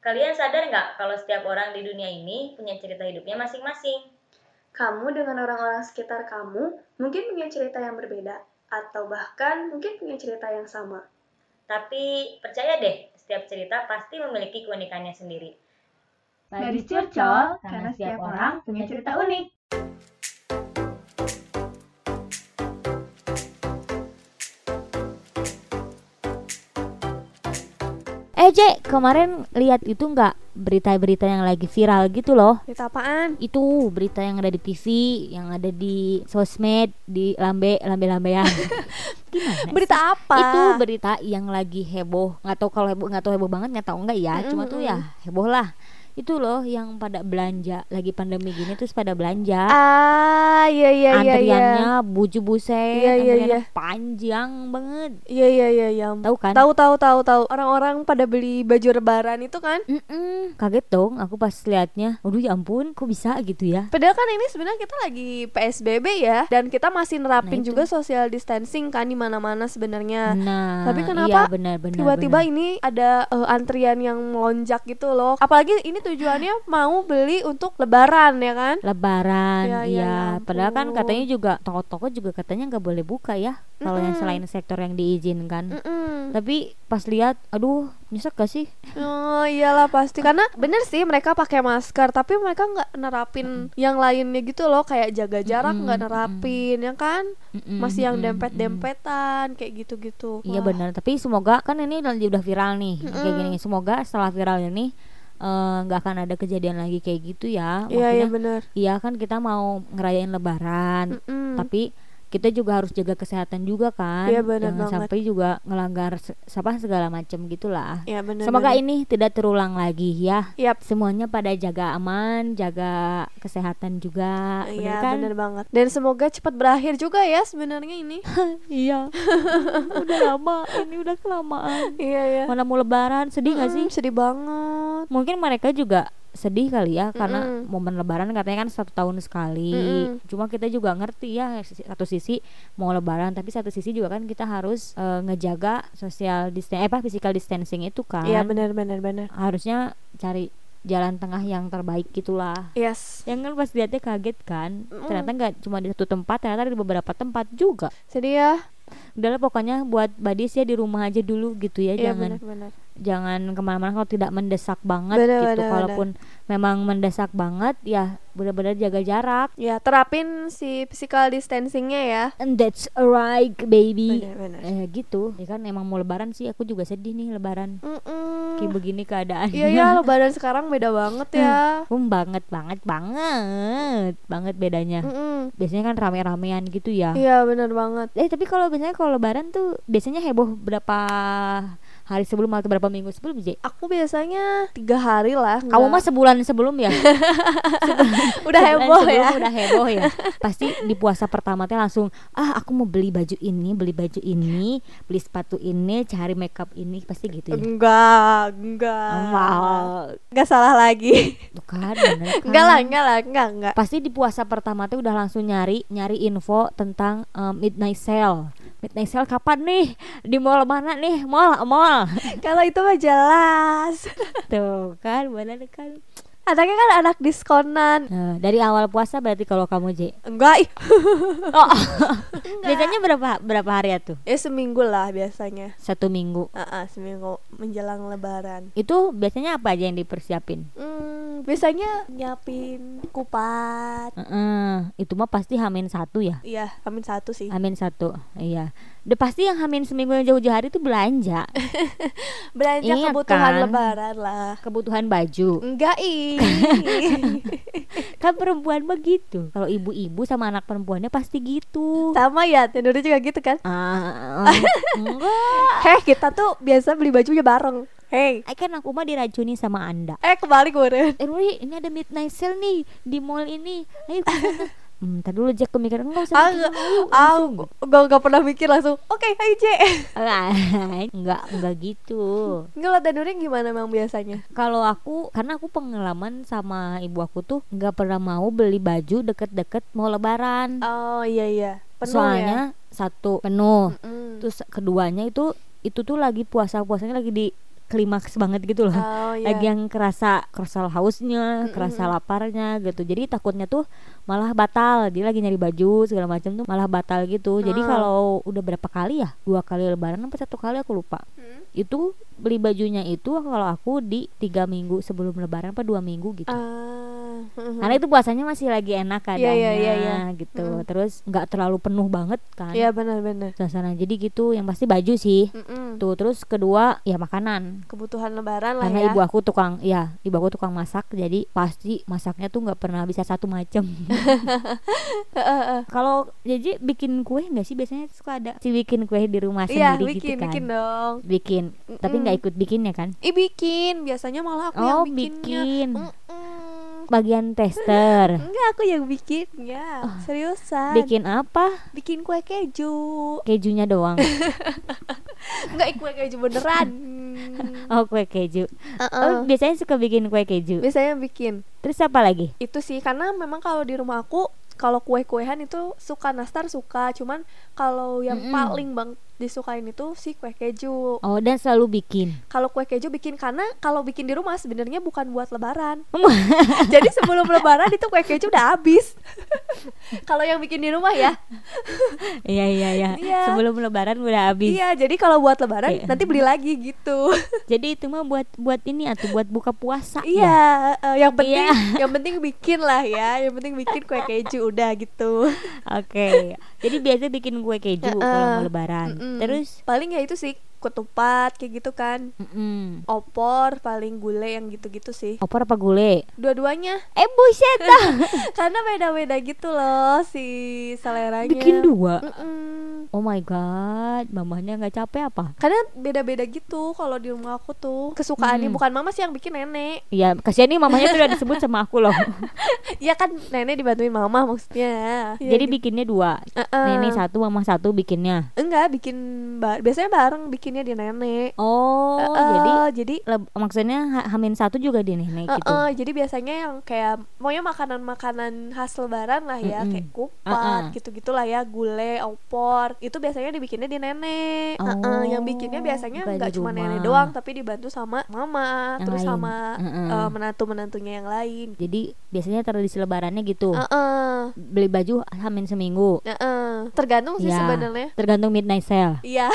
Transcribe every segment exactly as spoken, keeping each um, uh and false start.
Kalian sadar nggak kalau setiap orang di dunia ini punya cerita hidupnya masing-masing? Kamu dengan orang-orang sekitar kamu mungkin punya cerita yang berbeda, atau bahkan mungkin punya cerita yang sama. Tapi percaya deh, setiap cerita pasti memiliki keunikannya sendiri. Gadis Curcol, karena setiap orang punya cerita unik. Eh Cek, kemarin lihat itu nggak berita-berita yang lagi viral gitu loh? Cerita apaan? Itu berita yang ada di T V, yang ada di sosmed, di lambe lambe-lambean. Gimana? Berita sih? apa? Itu berita yang lagi heboh. Nggak tahu kalau heboh, nggak tahu heboh banget, nggak tahu enggak ya. Mm-mm. Cuma tuh ya heboh lah. Itu loh yang pada belanja lagi pandemi gini terus pada belanja. Ah, iya iya iya. Antriannya buju buset, Iya, iya, antriannya iya. panjang banget. Iya iya iya iya. Tahu kan? Tahu tahu tahu tahu. Orang-orang pada beli baju lebaran itu kan? Mm-mm. Kaget dong aku pas liatnya. Aduh ya ampun, kok bisa gitu ya? Padahal kan ini sebenarnya kita lagi P S B B ya, dan kita masih nerapin Nah, itu. juga social distancing kan di mana-mana sebenarnya. Nah, Tapi iya kenapa benar-benar. tiba-tiba ini ada eh, antrian yang melonjak gitu loh. Apalagi ini tujuannya mau beli untuk lebaran ya kan? Lebaran, Ya, ya, iya. ya Padahal kan ampun. katanya juga toko-toko juga katanya nggak boleh buka ya. Kalau yang Mm-mm. selain sektor yang diizinkan. Mm-mm. Tapi pas lihat, aduh, nyesek gak sih? Oh iyalah pasti, karena bener sih mereka pakai masker, tapi mereka nggak nerapin yang lainnya gitu loh, kayak jaga jarak nggak Mm-mm, nerapin ya kan? Mm-mm, Masih yang mm-mm, mm-mm. dempet-dempetan kayak gitu-gitu. Iya Wah. benar. Tapi semoga kan ini lagi udah viral nih, kayak Mm-mm. gini. Semoga setelah viral ini eh, nggak akan ada kejadian lagi kayak gitu ya. Iya iya Maksudnya, bener. iya kan kita mau ngerayain Lebaran, Mm-mm. tapi kita juga harus jaga kesehatan juga kan. Iya, benar Jangan banget. sampai juga ngelanggar se- apa segala macam gitulah. Iya bener. Semoga bener. ini tidak terulang lagi ya. Yap. Semuanya pada jaga aman, jaga kesehatan juga. Bener Iya kan? bener banget. Dan semoga cepat berakhir juga ya sebenarnya ini. Iya. Udah lama, ini udah kelamaan. Iya ya. Mana mau Lebaran, sedih gak sih? Sedih banget. Mungkin mereka juga sedih kali ya, karena Mm-mm. momen Lebaran katanya kan satu tahun sekali. Mm-mm. Cuma kita juga ngerti ya, satu sisi mau Lebaran, tapi satu sisi juga kan kita harus eh, ngejaga social distancing, eh apa physical distancing itu kan. Iya bener bener bener. Harusnya cari jalan tengah yang terbaik gitulah. Yes. Yang kan pas lihatnya kaget kan, Mm-mm. ternyata nggak cuma di satu tempat, ternyata di beberapa tempat juga. Sedih ya. Udahlah pokoknya buat badis ya di rumah aja dulu gitu ya, Iya jangan bener bener. jangan kemana-mana kalau tidak mendesak banget Bener, gitu. bener, Kalaupun memang mendesak banget ya benar-benar jaga jarak. Ya terapin si physical distancingnya ya. And that's right baby. Bener bener. Eh gitu. Ya kan emang mau Lebaran sih, aku juga sedih nih Lebaran. Mm-mm. Kayak begini keadaannya. Iya ya, lebaran sekarang beda banget ya. Um, banget banget banget banget bedanya. Mm-mm. Biasanya kan rame-ramean gitu ya. Iya bener banget. Eh tapi kalau biasanya kalau Lebaran tuh biasanya heboh berapa hari sebelum atau berapa minggu sebelum sih? Aku biasanya tiga hari lah. Kamu mah nggak- sebulan sebelum ya? udah Sebulan heboh sebelum ya. Udah heboh ya. Pasti di puasa pertama teh langsung, ah aku mau beli baju ini, beli baju ini, beli sepatu ini, cari makeup ini, pasti gitu ya. Enggak, enggak. Wow, Enggak salah lagi. tuh kan bener kan? Enggak lah, enggak lah, enggak, enggak. Pasti di puasa pertama tuh udah langsung nyari nyari info tentang um, midnight sale. Midnight sale kapan nih? Di mall mana nih? Mall, mall. Kalau itu mah jelas. Tuh kan bener kan. Anaknya kan anak diskonan. Nah, dari awal puasa berarti kalau kamu J. Enggak, ih. Oh, biasanya berapa berapa hari ya tuh? Ya seminggu lah biasanya. Satu minggu. Ah, seminggu menjelang lebaran. Itu biasanya apa aja yang dipersiapin? Hmm, biasanya nyiapin kupat. Heeh, itu mah pasti hamin satu ya. Iya, amin satu sih. Hamin satu, iya. Udah pasti yang hamin seminggu yang jauh-jauh hari itu belanja. Belanja Iya kebutuhan kan? lebaran lah. Kebutuhan baju. Enggak, ih. Kan perempuan begitu. Kalau ibu-ibu sama anak perempuannya pasti gitu. Sama ya, Tenuri juga gitu kan. Ah, enggak. Heh, kita tuh biasa beli bajunya bareng. Hey, Eh, kan aku mah diracuni sama Anda. eh kebalik gue. Eh Ruri, ini ada midnight sale nih di mall ini. Ayo ke sana. Hmm, ntar dulu Jack kemikiran enggak usah Ah, mikir dulu, ah, langsung. gue gak pernah mikir langsung. Oke, ayo J. Enggak, enggak gitu. Enggak lah, Tenuri gimana emang biasanya? Kalau aku, karena aku pengalaman sama ibu aku tuh nggak pernah mau beli baju deket-deket mau Lebaran. Oh iya iya, penuh Soalnya ya. satu penuh, Mm-mm. terus keduanya itu itu tuh lagi puasa puasanya lagi di klimaks banget gitu loh. Oh, iya. Lagi yang kerasa kerasa hausnya, Mm-mm. kerasa laparnya gitu. Jadi takutnya tuh malah batal. Dia lagi nyari baju segala macam tuh malah batal gitu. Jadi Oh. kalau udah berapa kali ya? Dua kali lebaran apa satu kali aku lupa. Hmm. Itu beli bajunya itu kalau aku di tiga minggu sebelum lebaran apa dua minggu gitu. Ah, mhm. Karena itu puasanya masih lagi enak Iya, keadaannya iya, iya, iya. gitu. Mm. Terus nggak terlalu penuh banget kan. Iya benar-benar. Suasana. Jadi gitu, yang pasti baju sih. Mm-mm. Tuh, terus kedua ya makanan. Kebutuhan lebaran lah Karena ya. ibu aku tukang, ya ibu aku tukang masak, jadi pasti masaknya tuh nggak pernah bisa satu macam. Kalau Jeje bikin kue nggak sih, biasanya suka ada si bikin kue di rumah Iya, sendiri bikin, gitu kan? bikin dong. Bikin, tapi Mm-mm. nggak ikut bikinnya kan? Ih bikin, biasanya malah aku Oh, yang bikinnya. bikin. Mm-mm. Bagian tester. Enggak, aku yang bikinnya. Seriusan. Bikin apa? Bikin kue keju. Kejunya doang. Enggak, kue keju beneran. Oh, kue keju. Uh-uh. Oh, biasanya suka bikin kue keju. Biasanya bikin. Terus apa lagi? Itu sih karena memang kalau di rumah aku kalau kue-kuehan itu suka nastar suka, cuman kalau yang Mm-mm. paling bang disukain itu si kue keju. Oh, dan selalu bikin. Kalau kue keju bikin karena kalau bikin di rumah sebenarnya bukan buat lebaran. Jadi sebelum lebaran itu kue keju udah habis. Kalau yang bikin di rumah ya. Iya, iya, iya. Iya. Sebelum lebaran udah habis. Iya, jadi kalau buat lebaran Iya. nanti beli lagi gitu. Jadi itu mah buat buat ini atau buat buka puasa ya. Iya, eh, yang penting Iya. yang penting bikin lah ya. Yang penting bikin kue keju udah gitu. Oke. Jadi biasa bikin kue keju Uh-uh. kalau mau lebaran. Mm-mm. Terus paling ya itu sih ketupat kayak gitu kan. mm-mm. Opor paling gule yang gitu-gitu sih. Opor apa gulai? Dua-duanya Eh buset dah. karena beda-beda gitu loh si seleranya. Bikin dua. Mm-mm. Oh my god, mamahnya nggak capek apa? Karena beda-beda gitu kalau di rumah aku tuh. Kesukaannya Hmm. bukan mama sih yang bikin nenek. Iya, kasihan nih mamahnya tuh udah disebut sama aku loh. Iya kan nenek dibantuin mama maksudnya. Iya, Jadi gitu. bikinnya dua. Uh-uh. Nenek satu, mama satu bikinnya. Enggak bikin ba- biasanya bareng bikinnya di nenek. Oh, Uh-uh, jadi jadi leb- maksudnya ha- hamin satu juga di nenek gitu. Uh-uh, jadi biasanya yang kayak maunya makanan-makanan khas lebaran lah ya, Mm-mm. kayak kupat Uh-uh. gitu-gitulah ya, gulai, opor. Itu biasanya dibikinnya di nenek. Uh-uh, yang bikinnya biasanya bukan nggak di cuma rumah. nenek doang, tapi dibantu sama mama, Yang terus lain. sama Uh-uh. uh, menantu-menantunya yang lain. Jadi biasanya tradisi lebarannya gitu. Uh-uh, Beli baju hamin seminggu. uh-uh. Tergantung sih Ya, sebenarnya. tergantung midnight sale. Iya.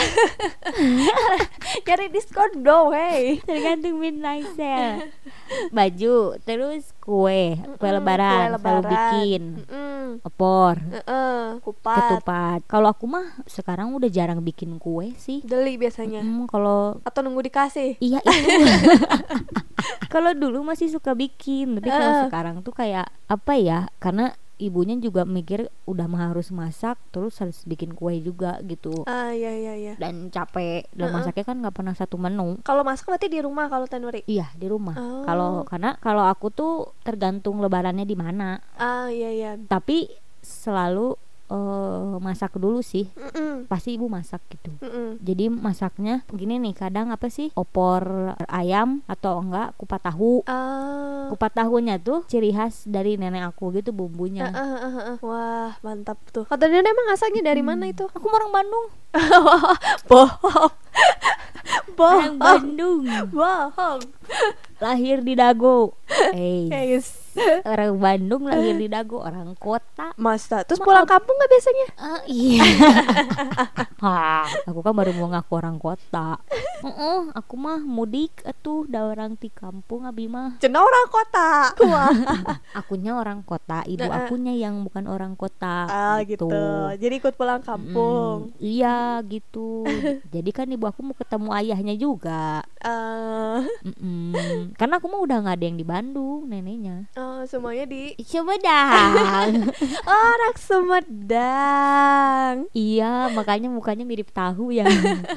Cari diskon dong, hey. Tergantung midnight sale. Baju, terus kue, kue Mm-mm, lebaran, kue selalu lebaran. bikin. Mm-mm. Opor, Uh-uh, kupat. ketupat. Kalau aku mah sekarang udah jarang bikin kue sih. Deli biasanya. Hmm, kalau Atau nunggu dikasih. iya itu. Kalau dulu masih suka bikin, tapi kalau Uh. sekarang tuh kayak apa ya? Karena ibunya juga mikir udah mah harus masak, terus harus bikin kue juga gitu. Ah iya iya iya. Dan capek, dan Uh-uh. masaknya kan nggak pernah satu menu. Kalau masak berarti di rumah kalau Tanuri. Iya, di rumah. Oh. Kalau karena kalau aku tuh tergantung lebarannya di mana. Ah iya iya. Tapi selalu eh, masak dulu sih. Mm-mm. Pasti ibu masak gitu. Mm-mm. Jadi masaknya begini nih, kadang apa sih? Opor ayam atau enggak kupat tahu. Ah. Kupat tahunya tuh ciri khas dari nenek aku gitu bumbunya. Ah, ah, ah, ah. Wah mantap tuh. Kata Nenek emang asalnya dari mana itu? Aku orang Bandung. Bohong. Orang Bohong. Bandung. Bohong. Lahir di Dago. Eh, Guys. orang Bandung lahir di Dago, orang kota. Masa terus pulang kampung nggak biasanya? Ah, iya. Hah, aku kan baru mau ngaku orang kota. Heeh, aku mah mudik atuh da orang di kampung abi mah. Cenah orang kota. Wah. Akunya orang kota, ibu Nah, akunya yang bukan orang kota. Ah gitu. Jadi ikut pulang kampung. Mm, iya gitu. Jadi kan ibu aku mau ketemu ayahnya juga. Ah, Mm-mm. Karena aku mah udah nggak ada yang di Bandung, neneknya. ah, semuanya di Coba dah. orang Sumedang. Iya, makanya mukanya mirip tahu ya.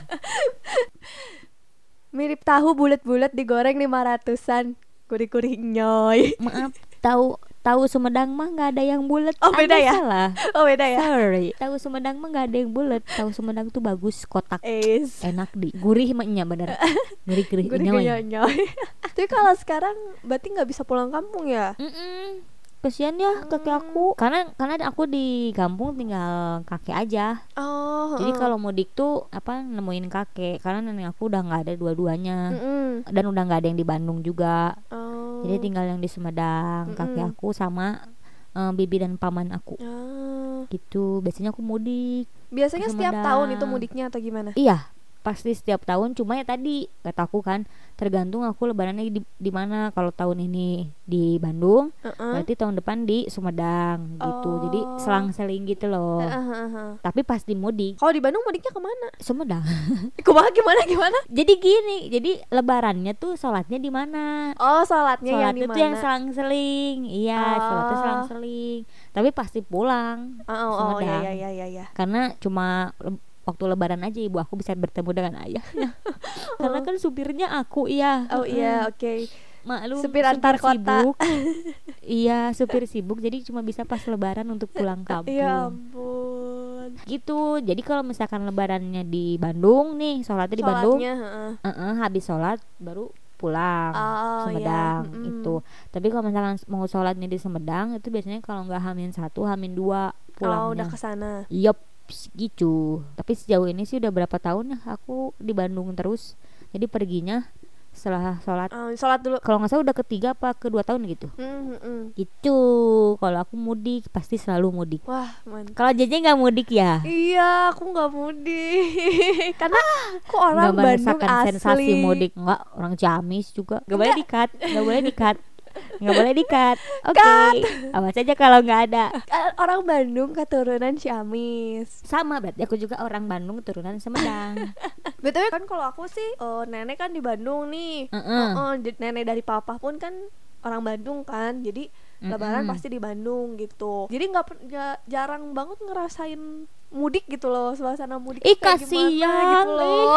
Mirip tahu bulat-bulat digoreng lima ratusan. Kuring-kuring nyoy. Maaf, tahu tahu Sumedang mah nggak ada yang bulat. Oh, beda Anda ya? Salah. Oh beda ya? Sorry. Tahu Sumedang mah nggak ada yang bulat. Tahu Sumedang tuh bagus, kotak. Is. Enak di gurih mahnya bener. Gurih-gurih Gue nyoy. nyoy. Tapi kalau sekarang berarti nggak bisa pulang kampung ya? Mm-mm. kasihan ya kakek aku. Karena karena aku di kampung tinggal kakek aja. Oh. Jadi heeh. kalau mudik tuh apa nemuin kakek, karena nenek aku udah nggak ada dua-duanya. Mm-mm. Dan udah nggak ada yang di Bandung juga. Oh. Jadi tinggal yang di Sumedang, kakek Mm-mm. aku sama eh, bibi dan paman aku. Ah. Gitu. Biasanya aku mudik. Biasanya Ke setiap Sumedang. tahun itu mudiknya atau gimana? Iya, pasti setiap tahun. Cuma ya tadi kataku kan, tergantung aku lebarannya di di mana. Kalau tahun ini di Bandung, Heeh. berarti tahun depan di Sumedang gitu. Jadi Oh. selang-seling gitu loh. Heeh, heeh, heeh. Tapi pas di mudik Kalau di Bandung mudiknya kemana? Sumedang. Kumaha gimana gimana? Jadi gini, jadi lebarannya tuh sholatnya di mana? Oh, sholatnya yang Sholat di itu yang mana? selang-seling. Iya, Oh. sholatnya selang-seling. Tapi pasti pulang Oh, oh, oh, ya Sumedang. ya ya ya ya. Karena cuma le- waktu lebaran aja ibu aku bisa bertemu dengan ayahnya. Karena kan supirnya aku, iya. Oh iya, oke. Maklum Supir antar kota. sibuk. Iya, supir sibuk, jadi cuma bisa pas lebaran untuk pulang kampung. Ya ampun. Gitu. Jadi kalau misalkan lebarannya di Bandung nih, sholatnya di Bandung, Sholatnya, heeh. eh-eh, habis sholat baru pulang Oh, Sumedang ya. Mm-mm. itu. Tapi kalau misalkan mau sholatnya di Sumedang itu biasanya kalau nggak hamin satu, hamin dua Oh, udah pulangnya. ke sana. Yup, gitu. Tapi sejauh ini sih udah berapa tahun ya aku di Bandung terus. Jadi perginya setelah sholat. Oh, sholat dulu. Kalau nggak salah udah ketiga apa kedua tahun gitu. Mm, mm, mm. Gitu. Kalau aku mudik pasti selalu mudik. Wah, mantap. Kalau Jeje nggak mudik ya? Iya, aku nggak mudik karena aku orang Nggak Bandung merasakan asli. sensasi mudik. Nggak, orang Ciamis juga. Nggak boleh dikat, nggak boleh dikat, nggak boleh dikat. Oke. Awas aja kalau nggak ada. Eh, Orang Bandung keturunan Ciamis. Sama berarti aku juga orang Bandung turunan Sumedang. B T W kan kalau aku sih eh, nenek kan di Bandung nih. Heeh. Oh, j- nenek dari papa pun kan orang Bandung kan. Jadi lebaran Mm-mm. pasti di Bandung gitu. Jadi nggak per- nggak- jarang banget ngerasain mudik gitu loh, suasana mudik Ih, tuh kayak gimana kasihan, gitu loh.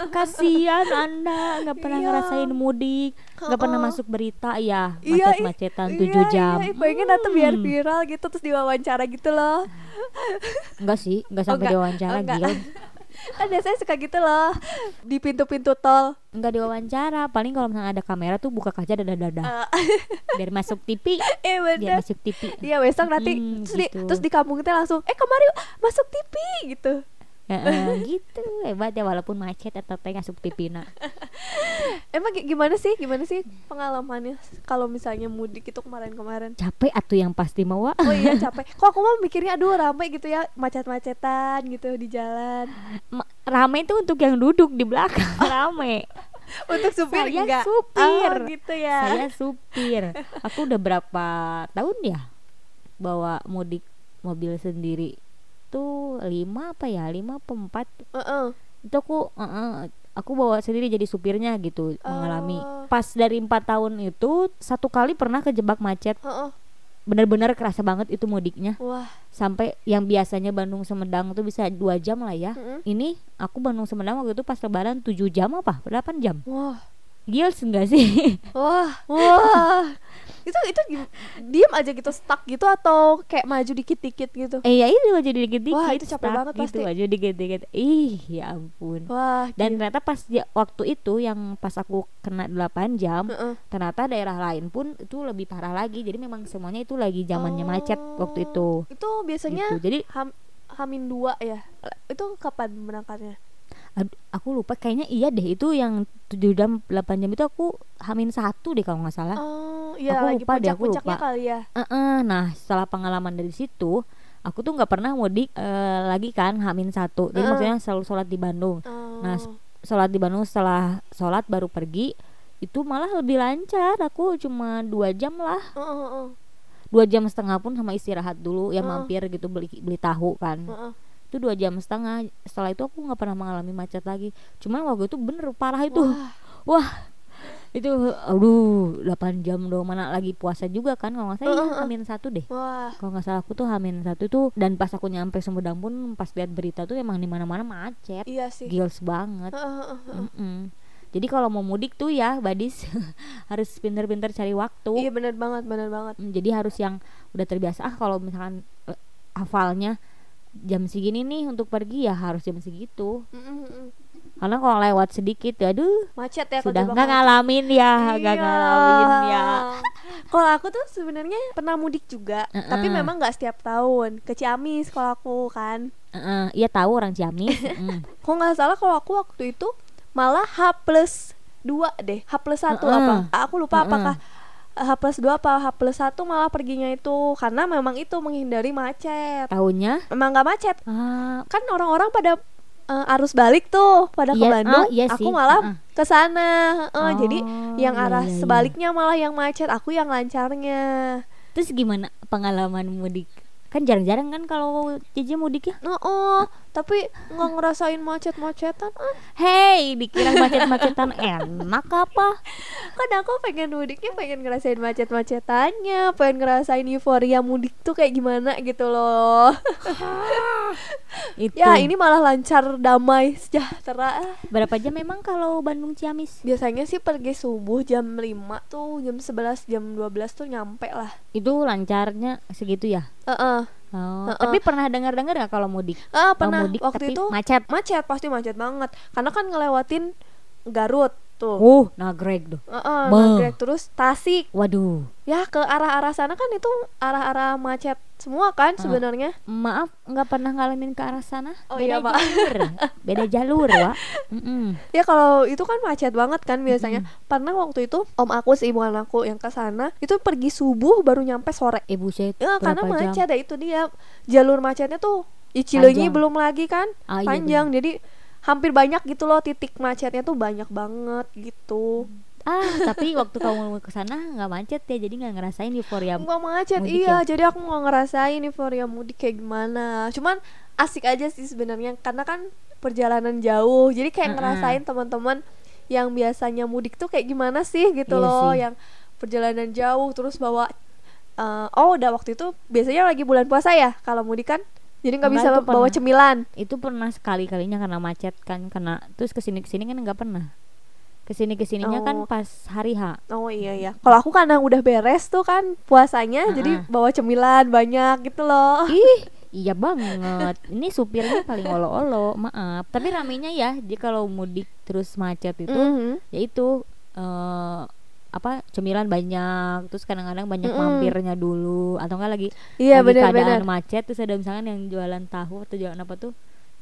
Kasian Anda nggak pernah Iya. ngerasain mudik, nggak pernah Heeh. masuk berita ya, Iya, ih, macet-macetan iya, tujuh jam. Iya, pengen atau biar Hmm. viral gitu terus diwawancara gitu loh. Enggak sih, enggak Oh, sampai enggak. diwawancara, Oh, enggak. gila. Kan biasanya suka gitu loh di pintu-pintu tol. Enggak diwawancara, paling kalau misalnya ada kamera tuh buka kaca dada-dada Eh, biar masuk T V, eh biar bener. masuk T V. Iya besok nanti Mm-mm, terus, di, gitu. terus di kampung kita langsung eh kemari masuk T V gitu. Heeh, gitu hebat ya walaupun macet atau teh masuk T V na. Emang gi- gimana sih gimana sih pengalamannya kalau misalnya mudik itu kemarin-kemarin? Capek atuh yang pasti mau. Oh iya capek. Kok aku mau mikirnya aduh ramai gitu ya macet-macetan gitu di jalan. Ma- Rame itu untuk yang duduk di belakang, rame. Untuk supir Saya enggak? supir. Oh, gitu ya. Saya supir. Aku udah berapa tahun ya bawa mudik mobil sendiri tuh lima apa ya lima apa empat Heeh. itu aku uh, uh, aku bawa sendiri jadi supirnya gitu mengalami Oh. pas dari empat tahun itu satu kali pernah kejebak macet Heeh. benar-benar kerasa banget itu mudiknya Wah. sampai yang biasanya Bandung Sumedang tuh bisa dua jam lah ya. Mm-mm. Ini aku Bandung Sumedang waktu itu pas lebaran tujuh jam apa delapan jam. Wah. Gils enggak sih? Wah. Wah. itu itu gim- diem aja gitu stuck gitu atau kayak maju dikit-dikit gitu. Eh ya itu aja dikit-dikit. Wah, itu capek stuck banget gitu pasti. aja dikit-dikit. Ih, ya ampun. Wah. Dan gila. ternyata pas ya, waktu itu yang pas aku kena delapan jam, Heeh. ternyata daerah lain pun itu lebih parah lagi. Jadi memang semuanya itu lagi zamannya Oh. macet waktu itu. Itu biasanya Gitu. Jadi ham, hamin dua ya. Itu kapan berangkatnya? Aduh, aku lupa kayaknya iya deh itu yang tujuh jam delapan jam itu aku hamin satu deh kalau nggak salah. Oh, iya Aku lagi lupa deh, aku puncak-puncaknya lupa. kali ya. Eh-eh, nah setelah pengalaman dari situ aku tuh nggak pernah mudik eh, lagi kan hamin satu. Jadi Heeh. maksudnya selalu sholat di Bandung. Oh. Nah s- sholat di Bandung setelah sholat baru pergi itu malah lebih lancar. Aku cuma dua jam lah, Oh, oh, oh. dua jam setengah pun sama istirahat dulu ya Heeh. mampir gitu beli beli tahu kan. Heeh. Itu dua jam setengah. Setelah itu aku nggak pernah mengalami macet lagi. Cuman waktu itu bener parah itu. Wah. Wah, itu aduh delapan jam dong, mana lagi puasa juga kan kalau nggak salah. Uh, Ya, uh, uh. hamin satu deh Wah. kalau nggak salah aku tuh hamin satu tuh. Dan pas aku nyampe Sumedang pun pas lihat berita tuh emang di mana mana macet, Iya sih. gils banget. Heeh, heeh, heeh. Mm-mm. Jadi kalau mau mudik tuh ya badis harus pinter-pinter cari waktu. Iya benar banget, benar banget. Mm, jadi harus yang udah terbiasa. Ah kalau misalkan eh, hafalnya jam segini nih untuk pergi ya harus jam segitu. Mm, mm, mm. Karena kalau lewat sedikit aduh Macet ya kalau sudah di nggak Bangka. ngalamin ya, nggak Iya. ngalamin ya. Kalau aku tuh sebenarnya pernah mudik juga, Uh-uh. tapi memang nggak setiap tahun. Ke Ciamis kalau aku kan. Heeh, iya tahu orang Ciamis. Mm. Kok nggak salah kalau aku waktu itu malah H plus dua deh, H plus satu Uh-uh. apa? Aku lupa Uh-uh. apakah H plus dua apa H plus satu malah perginya itu karena memang itu menghindari macet. Tahunnya? Emang nggak macet. Ah, Kan orang-orang pada uh, arus balik tuh pada ke Iya, Bandung, oh, iya aku sih. malah Uh-uh. ke sana. Uh, Oh, jadi yang iya, arah iya, iya. sebaliknya malah yang macet, aku yang lancarnya. Terus gimana pengalaman mudik? Kan jarang-jarang kan kalau Jeje mudik ya. Oh, oh, tapi nggak ngerasain macet-macetan. Ah. Hei, dikira macet-macetan enak apa? Kan aku pengen mudiknya pengen ngerasain macet-macetannya, pengen ngerasain euforia mudik tuh kayak gimana gitu loh. Itu. Ya ini malah lancar, damai, sejahtera. Berapa jam memang kalau Bandung Ciamis? Biasanya sih pergi subuh jam lima tuh, jam sebelas, jam dua belas tuh nyampe lah. Itu lancarnya segitu ya? Heeh. Oh, Uh-uh. tapi pernah dengar-dengar nggak kalau mudik? Ah, Kalau pernah mudik waktu tapi itu macet. macet, pasti macet banget. Karena kan ngelewatin Garut tuh. Uh, nagreg tuh. Heeh, Beuh. Nagreg terus Tasik. Waduh, Ya ke arah-arah sana kan itu arah-arah macet semua kan Uh. sebenarnya. maaf nggak pernah ngalamin ke arah sana. Oh Beda iya, Pak. jalur, beda jalur, Wak. Mm-mm. Ya kalau itu kan macet banget kan biasanya. Mm-mm. Pernah waktu itu om aku sih bukan aku yang ke sana, itu pergi subuh baru nyampe sore. Eh buset, Ya karena berapa jam? macet ya, itu dia. Jalur macetnya tuh ya Cileunyi Panjang. belum lagi kan. Ah, iya, Panjang. Jadi hampir banyak gitu loh, titik macetnya tuh banyak banget gitu. Ah, tapi waktu kamu ke sana nggak macet ya, jadi nggak ngerasain euforia. Nggak macet, mudik iya. ya? Jadi aku nggak ngerasain euforia mudik kayak gimana. Cuman asik aja sih sebenarnya karena kan perjalanan jauh. Jadi kayak Mm-mm. ngerasain teman-teman yang biasanya mudik tuh kayak gimana sih gitu Iya loh, sih. yang perjalanan jauh terus bawa eh, oh udah waktu itu biasanya lagi bulan puasa ya kalau mudik kan. Jadi nggak Enggak, bisa itu bawa pernah. cemilan. Itu pernah sekali-kalinya karena macet kan, kena terus kesini kesini kan nggak pernah. Kesini kesininya kan Oh. pas hari H. Oh iya ya. Kalau aku karena udah beres tuh kan puasanya, Uh-uh. jadi bawa cemilan banyak gitu loh. Ih, iya banget. Ini supirnya paling olo-olo, maaf. Tapi ramenya ya, jadi kalau mudik terus macet itu, Mhm. yaitu eh apa cemilan banyak, terus kadang-kadang banyak Mm-mm. mampirnya dulu, atau enggak lagi Iya lagi benar-benar. keadaan macet terus ada misalkan yang jualan tahu atau jualan apa tuh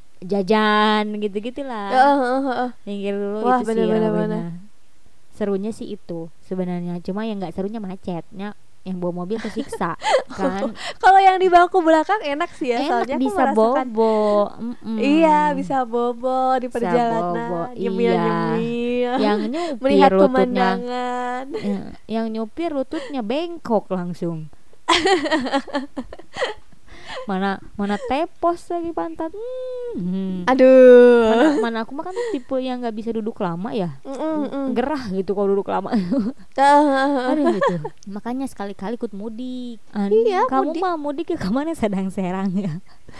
jajan gitu-gitulah. Heeh, heeh, heeh. Minggir dulu. Wah, itu sih bener-bener, ramenya. Serunya sih itu sebenarnya, cuma yang nggak serunya macetnya, yang bawa mobil kesiksa kan. Kalau yang di bangku belakang enak sih ya, Enak, soalnya aku bisa merasakan. bobo. Mm-mm. Iya, bisa bobo di Bisa perjalanan, bobo, nyemil-nyemil, Yang nyupir melihat lututnya, pemandangan. ya, yang nyupir lututnya bengkok langsung. mana mana tepos lagi pantat. Hmm. Aduh. Mana, mana aku mah kan tipe yang nggak bisa duduk lama ya, Mm, mm. gerah gitu kalau duduk lama. Ah, Aduh gitu. Makanya sekali-kali ikut mudik. An, Iya, kamu mudik. mah mudik ya kemana? Sadang Serang ya.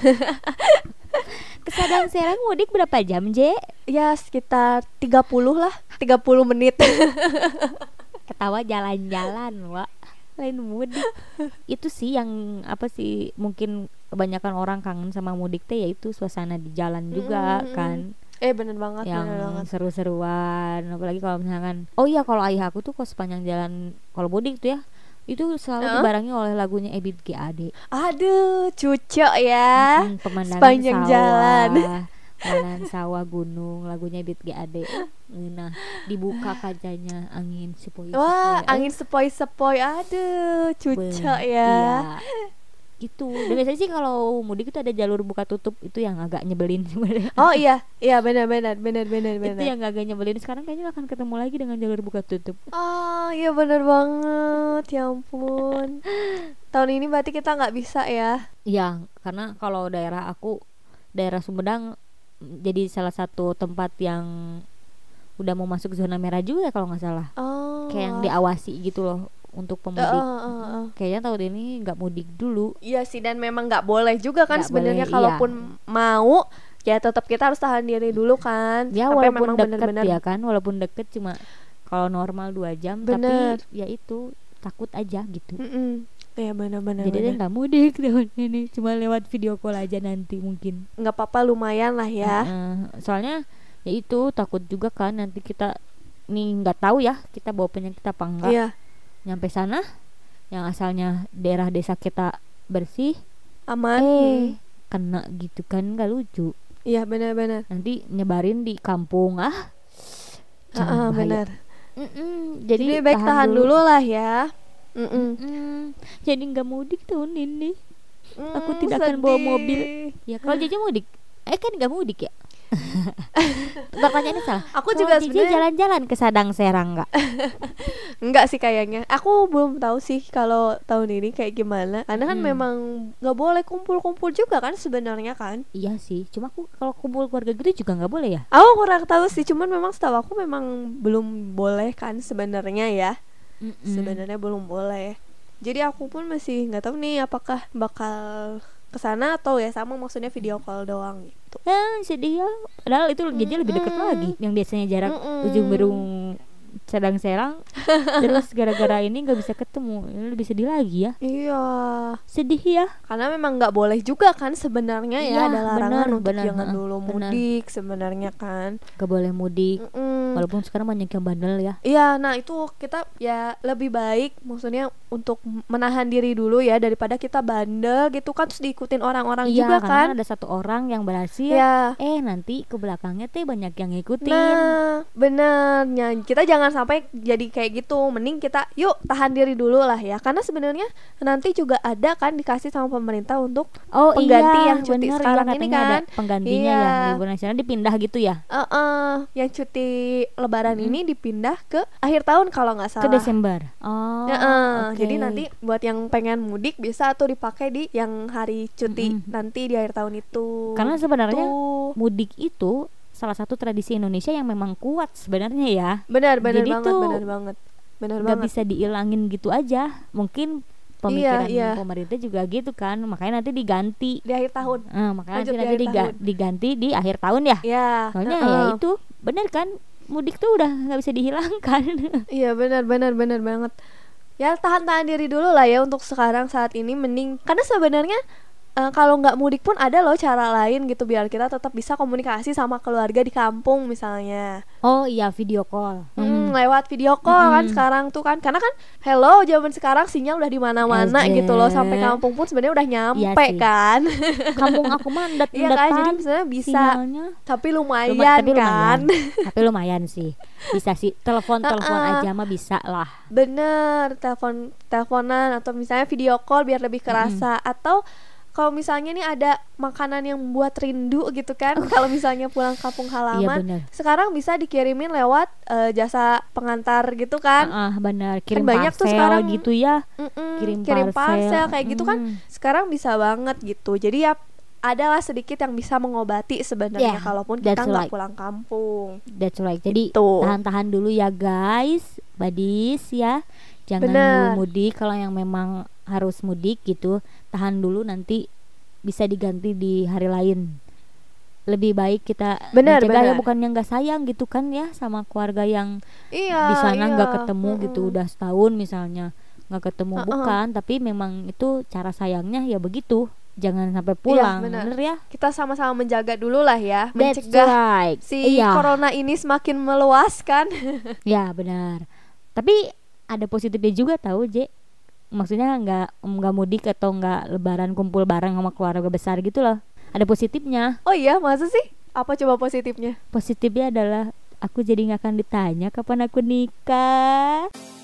Ke Sadang Serang mudik berapa jam, Je? Ya sekitar tiga puluh lah, tiga puluh menit. Ketawa jalan-jalan, Wak. Lain mudik. Itu sih yang apa sih, mungkin kebanyakan orang kangen sama mudik teh, yaitu suasana di jalan juga Mm, mm, kan, Eh bener banget, yang bener banget. seru-seruan. Apalagi kalau misalkan, oh iya, kalau ayah aku tuh kalau sepanjang jalan kalau mudik tuh ya, itu selalu Heeh. dibarengi oleh lagunya Ebit G Ade. Aduh, cucok ya. Mm, pemandangan sepanjang sawah, jalan. pemandangan sawah, gunung, lagunya Ebit G Ade. Nah, dibuka kacanya, angin sepoi-sepoi. Wah, Eh, angin sepoi-sepoi. Aduh, Beuh, cucok iya. ya. Gitu. Dan biasanya sih kalau mudik itu ada jalur buka tutup, itu yang agak nyebelin sebenarnya. Oh iya, iya benar-benar, benar-benar, Itu benar. yang agak nyebelin. Sekarang kayaknya akan ketemu lagi dengan jalur buka tutup. Oh iya bener banget, ya ampun. Tahun ini berarti kita nggak bisa ya. Iya, karena kalau daerah aku, daerah Sumedang, mm, jadi salah satu tempat yang udah mau masuk zona merah juga kalau nggak salah. Oh. Kayak yang diawasi gitu loh untuk Oh, pemudik. oh, oh, oh. Kayaknya tahun ini nggak mudik dulu. Iya sih, dan memang nggak boleh juga kan Nggak sebenarnya. boleh, Kalaupun mau, ya tetap kita harus tahan diri dulu kan. Ya Sampai walaupun memang deket bener-bener. ya kan, walaupun deket cuma kalau normal dua jam, Bener. tapi ya itu takut aja gitu. Mm-mm. Iya benar-benar. Jadi dia nggak mudik tahun ini, cuma lewat video call aja nanti mungkin. Nggak apa-apa, lumayan lah ya. Heeh, soalnya ya itu takut juga kan nanti kita nih nggak tahu ya kita bawa penyakit apa enggak. Iya. Nyampe sana yang asalnya daerah desa kita bersih, Aman. eh kena gitu kan, nggak lucu. Iya benar-benar. Nanti nyebarin di kampung, ah jangan Ah, bahaya. benar. Mm-mm, Jadi, jadi baik tahan dulu lah ya. Mm-mm. Mm, jadi nggak mudik tahun ini. Aku Mm, tidak akan bawa sedih. mobil. Ya kalau Jeje mudik, eh kan nggak mudik ya. Pertanyaannya salah. Aku Kalau juga Jeje sebenarnya jalan-jalan ke Sadang Serang nggak? enggak sih kayaknya. Aku belum tahu sih kalau tahun ini kayak gimana. Karena kan Hmm. memang nggak boleh kumpul-kumpul juga kan sebenarnya kan. Iya sih, cuma aku kalau kumpul keluarga gitu juga nggak boleh ya. Aku kurang tahu sih, cuman memang setahu aku memang belum boleh kan sebenarnya ya. Mm-mm. Sebenarnya belum boleh. Jadi aku pun masih nggak tahu nih apakah bakal kesana atau ya sama maksudnya video call doang gitu. Ah, sedih ya. Padahal itu Jeje lebih dekat Mm-mm. lagi. Yang biasanya jarak Mm-mm. ujung berung Sadang Serang, terus gara-gara ini nggak bisa ketemu, ini lebih sedih lagi ya. Iya, Sedih ya. karena memang nggak boleh juga kan sebenarnya ya, Iya, ada larangan benar, untuk benar, jangan ha-ha, dulu benar. mudik sebenarnya kan. Gak boleh mudik. Mm-mm. Walaupun sekarang banyak yang bandel ya. Iya, nah itu kita ya lebih baik maksudnya untuk menahan diri dulu ya daripada kita bandel gitu kan terus diikutin orang-orang Iya, juga karena kan. ada satu orang yang berhasil. Ya, Eh nanti ke belakangnya teh banyak yang ngikutin. nah bener, ya, kita jangan sampai jadi kayak gitu. Mending kita yuk tahan diri dulu lah ya, karena sebenarnya nanti juga ada kan dikasih sama pemerintah untuk Oh pengganti iya, yang cuti bener, sekarang ya, ini katanya ada kan. penggantinya Iya. ya, libur nasional dipindah gitu ya eh eh, yang cuti lebaran Mm-mm. ini dipindah ke akhir tahun kalau nggak ke salah. Desember. Oh. Ya, eh, oke. Jadi nanti buat yang pengen mudik bisa tuh dipakai di yang hari cuti Mm-mm. nanti di akhir tahun itu. Karena sebenarnya Tuh. mudik itu salah satu tradisi Indonesia yang memang kuat sebenarnya ya. Benar benar Jadi banget, tuh benar banget. Benar Gak banget. bisa diilangin gitu aja. Mungkin pemikiran iya. pemerintah juga gitu kan. Makanya nanti diganti. Di akhir tahun. Eh, makanya Lanjut nanti, di nanti akhir diga- tahun. diganti di akhir tahun ya. Ya. Soalnya eh, ya eh. itu bener kan, mudik tuh udah nggak bisa dihilangkan. Iya benar benar benar banget. Ya tahan-tahan diri dulu lah ya untuk sekarang saat ini mending, karena sebenarnya eh, kalau nggak mudik pun ada loh cara lain gitu biar kita tetap bisa komunikasi sama keluarga di kampung misalnya. Oh iya, video call. Hmm, lewat video call kan Mm-mm. sekarang tuh kan, karena kan hello zaman sekarang sinyal udah di mana-mana Aja. gitu loh, sampai kampung pun sebenarnya udah nyampe Iya sih. kan. Kampung aku mah Iya kan, jadi ndat-ndatan misalnya bisa sinyalnya. tapi lumayan, Luma- tapi kan. lumayan. Tapi lumayan sih. Bisa sih telepon-telepon Uh-uh. aja mah bisa lah. Bener, telepon teleponan atau misalnya video call biar lebih kerasa. Atau kalau misalnya nih ada makanan yang membuat rindu gitu kan, kalau misalnya pulang kampung Iya halaman, benar. sekarang bisa dikirimin lewat eh, jasa pengantar gitu kan. Ah benar, kirim banyak tuh parcel sekarang. gitu ya. Mm-mm, Kirim, kirim parcel, parcel kayak gitu kan. Mm. Sekarang bisa banget gitu. Jadi ya adalah sedikit yang bisa mengobati sebenarnya Yeah, kalaupun kita that's nggak right. pulang kampung. That's right. Jadi Gitu. tahan-tahan dulu ya guys, badis ya. Jangan Bener. dulu mudik. Kalau yang memang harus mudik gitu, tahan dulu, nanti bisa diganti di hari lain. Lebih baik kita Bener, mencegah ya, bener. bukan yang nggak sayang gitu kan ya sama keluarga yang Iya. di sana nggak iya. ketemu gitu Mm-mm. udah setahun misalnya nggak ketemu, Uh-uh. bukan, tapi memang itu cara sayangnya ya begitu. Jangan sampai pulang, bener. bener ya. Kita sama-sama menjaga dulu lah ya, That's mencegah right. si Iya. corona ini semakin meluas kan. Ya benar. Tapi ada positifnya juga tahu J. Maksudnya nggak nggak mudik atau nggak lebaran kumpul bareng sama keluarga besar gitu loh. Ada positifnya. Oh iya, masa sih? Apa coba positifnya? Positifnya adalah aku jadi nggak akan ditanya kapan aku nikah.